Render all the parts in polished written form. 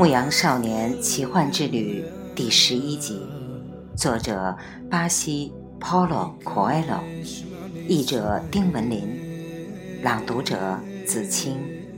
牧羊少年奇幻之旅》第11集，作者巴西 Paulo Coelho， 译者丁文林，朗读者子清。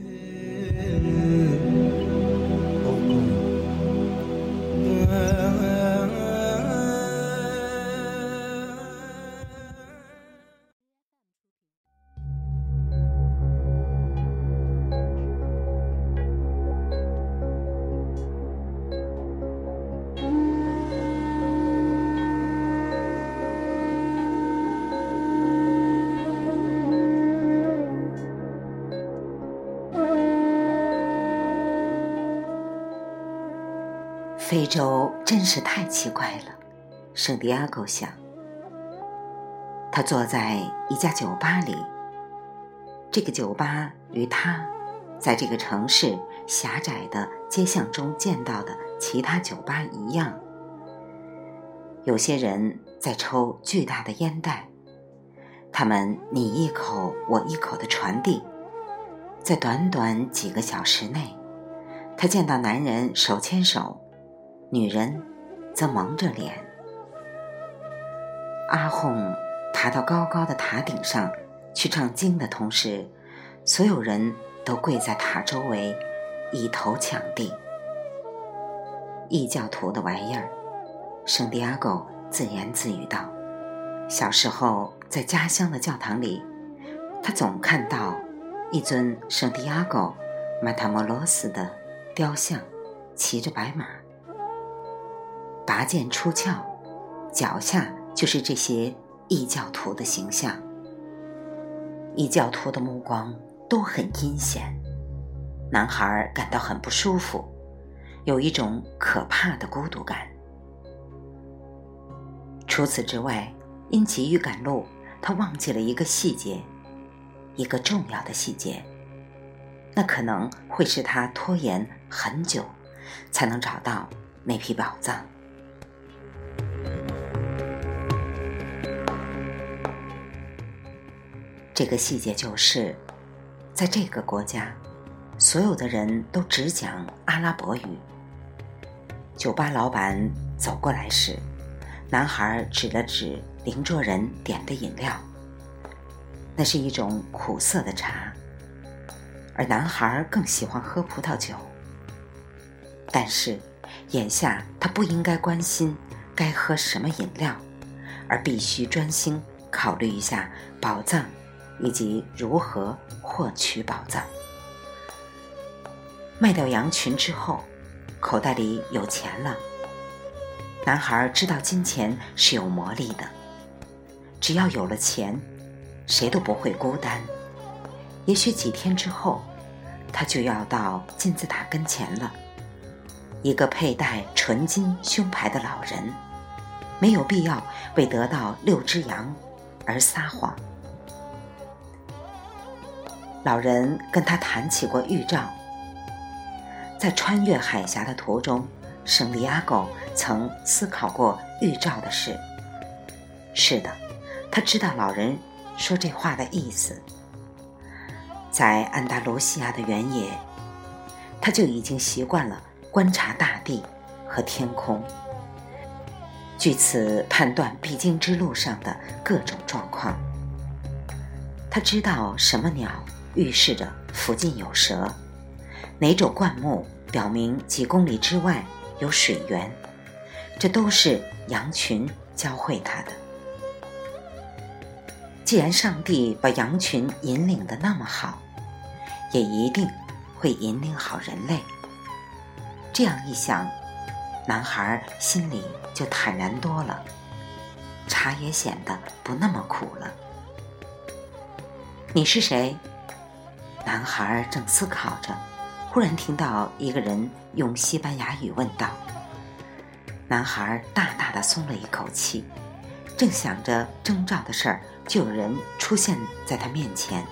非洲真是太奇怪了，圣地亚哥想。他坐在一家酒吧里，这个酒吧与他在这个城市狭窄的街巷中见到的其他酒吧一样。有些人在抽巨大的烟袋，他们你一口我一口的传递。在短短几个小时内，他见到男人手牵手，女人则蒙着脸。阿訇爬到高高的塔顶上去唱经的同时，所有人都跪在塔周围，以头抢地。异教徒的玩意儿，圣地亚哥自言自语道。小时候在家乡的教堂里，他总看到一尊圣地亚哥马塔莫罗斯的雕像，骑着白马，拔剑出鞘，脚下就是这些异教徒的形象。异教徒的目光都很阴险，男孩感到很不舒服，有一种可怕的孤独感。除此之外，因急于赶路，他忘记了一个细节，一个重要的细节，那可能会使他拖延很久才能找到那批宝藏。这个细节就是，在这个国家，所有的人都只讲阿拉伯语。酒吧老板走过来时，男孩指了指邻桌人点的饮料，那是一种苦涩的茶，而男孩更喜欢喝葡萄酒。但是眼下他不应该关心该喝什么饮料，而必须专心考虑一下宝藏以及如何获取宝藏。卖掉羊群之后，口袋里有钱了。男孩知道金钱是有魔力的，只要有了钱，谁都不会孤单。也许几天之后，他就要到金字塔跟前了。一个佩戴纯金胸牌的老人，没有必要为得到6只羊而撒谎。老人跟他谈起过预兆，在穿越海峡的途中，圣地亚哥曾思考过预兆的事。是的，他知道老人说这话的意思。在安达卢西亚的原野，他就已经习惯了观察大地和天空，据此判断必经之路上的各种状况。他知道什么鸟预示着附近有蛇，哪种灌木表明几公里之外有水源，这都是羊群教会他的。既然上帝把羊群引领得那么好，也一定会引领好人类。这样一想，男孩心里就坦然多了，茶也显得不那么苦了。你是谁？男孩正思考着，忽然听到一个人用西班牙语问道。男孩大大地松了一口气，正想着征兆的事儿，就有人出现在他面前。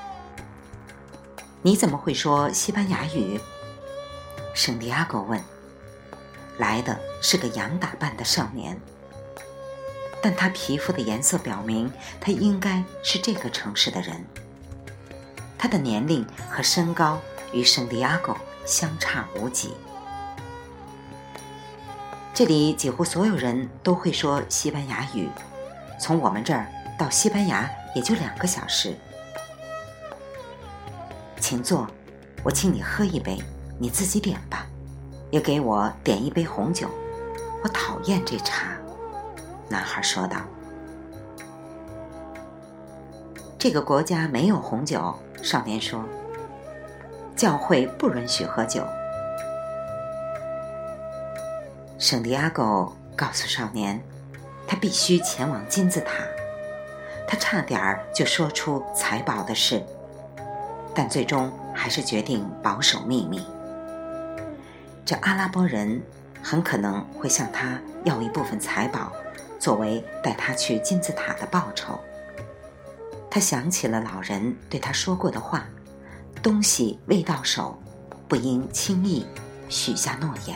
你怎么会说西班牙语？圣地亚哥问。来的是个洋打扮的少年，但他皮肤的颜色表明他应该是这个城市的人。他的年龄和身高与圣地亚哥相差无几， 这里几乎所有人都会说西班牙语，从我们这儿到西班牙也就2个小时。请坐，我请你喝一杯，你自己点吧，也给我点一杯红酒，我讨厌这茶。男孩说道。这个国家没有红酒，少年说，教会不允许喝酒。圣地亚哥告诉少年，他必须前往金字塔。他差点就说出财宝的事，但最终还是决定保守秘密。这阿拉伯人很可能会向他要一部分财宝，作为带他去金字塔的报酬。他想起了老人对他说过的话，东西未到手，不应轻易许下诺言。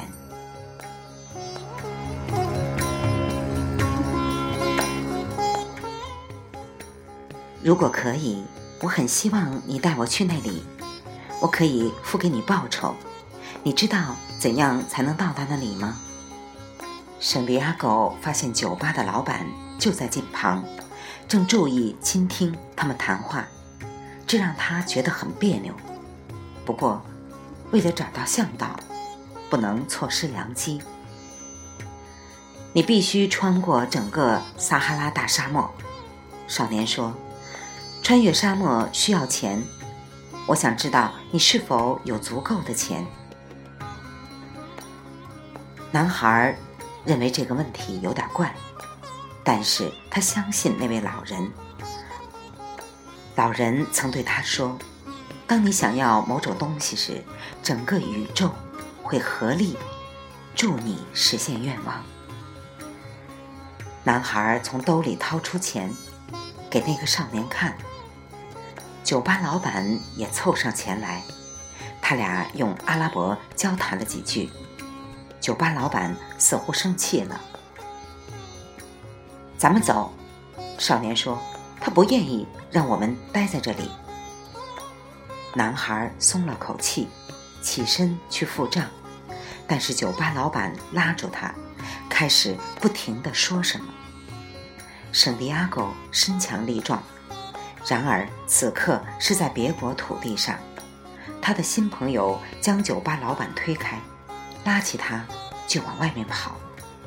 如果可以，我很希望你带我去那里，我可以付给你报酬。你知道怎样才能到达那里吗？圣地亚哥发现酒吧的老板就在近旁，正注意倾听他们谈话，这让他觉得很别扭。不过，为了找到向导，不能错失良机。你必须穿过整个撒哈拉大沙漠，少年说。穿越沙漠需要钱，我想知道你是否有足够的钱。男孩认为这个问题有点怪，但是他相信那位老人。老人曾对他说，当你想要某种东西时，整个宇宙会合力助你实现愿望。男孩从兜里掏出钱给那个少年看，酒吧老板也凑上前来，他俩用阿拉伯交谈了几句。酒吧老板似乎生气了。咱们走，少年说，他不愿意让我们待在这里。男孩松了口气，起身去付账，但是酒吧老板拉住他，开始不停地说什么。圣地亚哥身强力壮，然而此刻是在别国土地上。他的新朋友将酒吧老板推开，拉起他就往外面跑。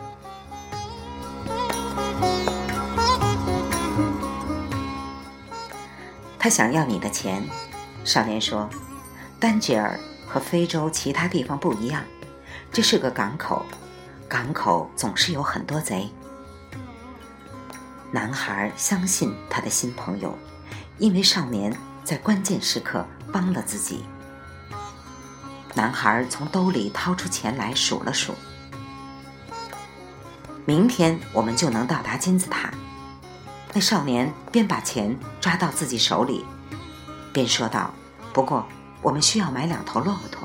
他想要你的钱，少年说。丹吉尔和非洲其他地方不一样，这是个港口，港口总是有很多贼。男孩相信他的新朋友，因为少年在关键时刻帮了自己。男孩从兜里掏出钱来数了数。明天我们就能到达金字塔。那少年边把钱抓到自己手里，边说道，不过我们需要买2头骆驼。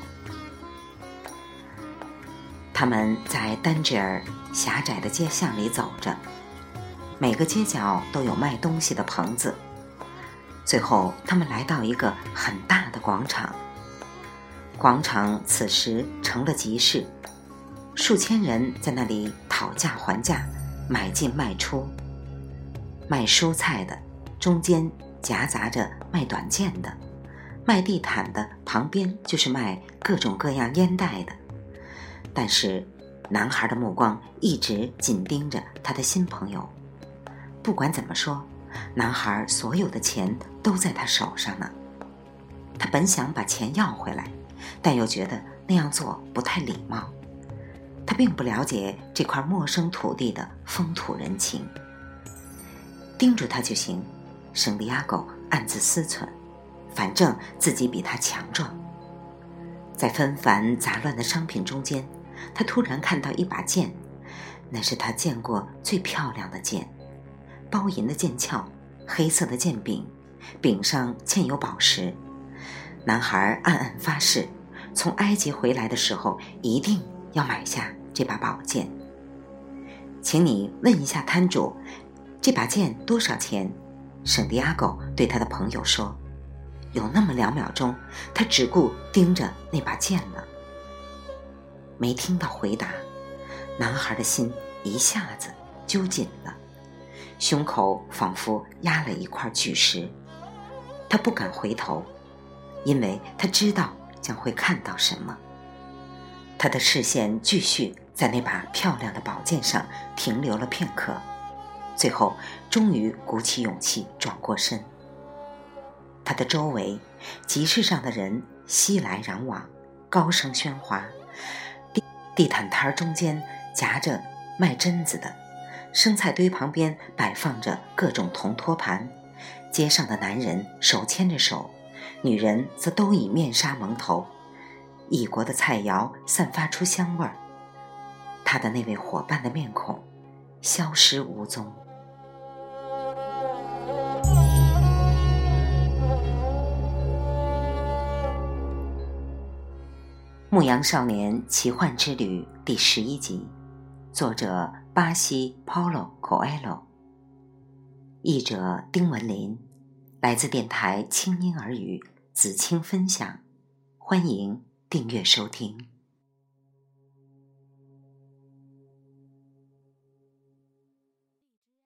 他们在丹吉尔狭窄的街巷里走着，每个街角都有卖东西的棚子。最后他们来到一个很大的广场，广场此时成了集市，数千人在那里讨价还价，买进卖出。卖蔬菜的中间夹杂着卖短剑的，卖地毯的旁边就是卖各种各样烟袋的。但是男孩的目光一直紧盯着他的新朋友。不管怎么说，男孩所有的钱都在他手上呢。他本想把钱要回来，但又觉得那样做不太礼貌。他并不了解这块陌生土地的风土人情。盯住他就行，圣地亚哥暗自思忖，反正自己比他强壮。在纷繁杂乱的商品中间，他突然看到一把剑，那是他见过最漂亮的剑，包银的剑鞘，黑色的剑柄，柄上嵌有宝石。男孩暗暗发誓，从埃及回来的时候一定要买下这把宝剑。请你问一下摊主，这把剑多少钱？圣地亚哥对他的朋友说。有那么2秒钟，他只顾盯着那把剑了。没听到回答， 男孩的心一下子揪紧了，胸口仿佛压了一块巨石。他不敢回头，因为他知道将会看到什么。他的视线继续在那把漂亮的宝剑上停留了片刻，最后终于鼓起勇气转过身。他的周围，集市上的人熙来攘往，高声喧哗。地毯摊中间夹着卖榛子的，生菜堆旁边摆放着各种铜托盘，街上的男人手牵着手，女人则都以面纱蒙头。异国的菜肴散发出香味儿，他的那位伙伴的面孔消失无踪。牧羊少年奇幻之旅第11集，作者巴西 Paulo Coelho， 译者丁文林，来自电台清音儿语子青分享，欢迎订阅收听。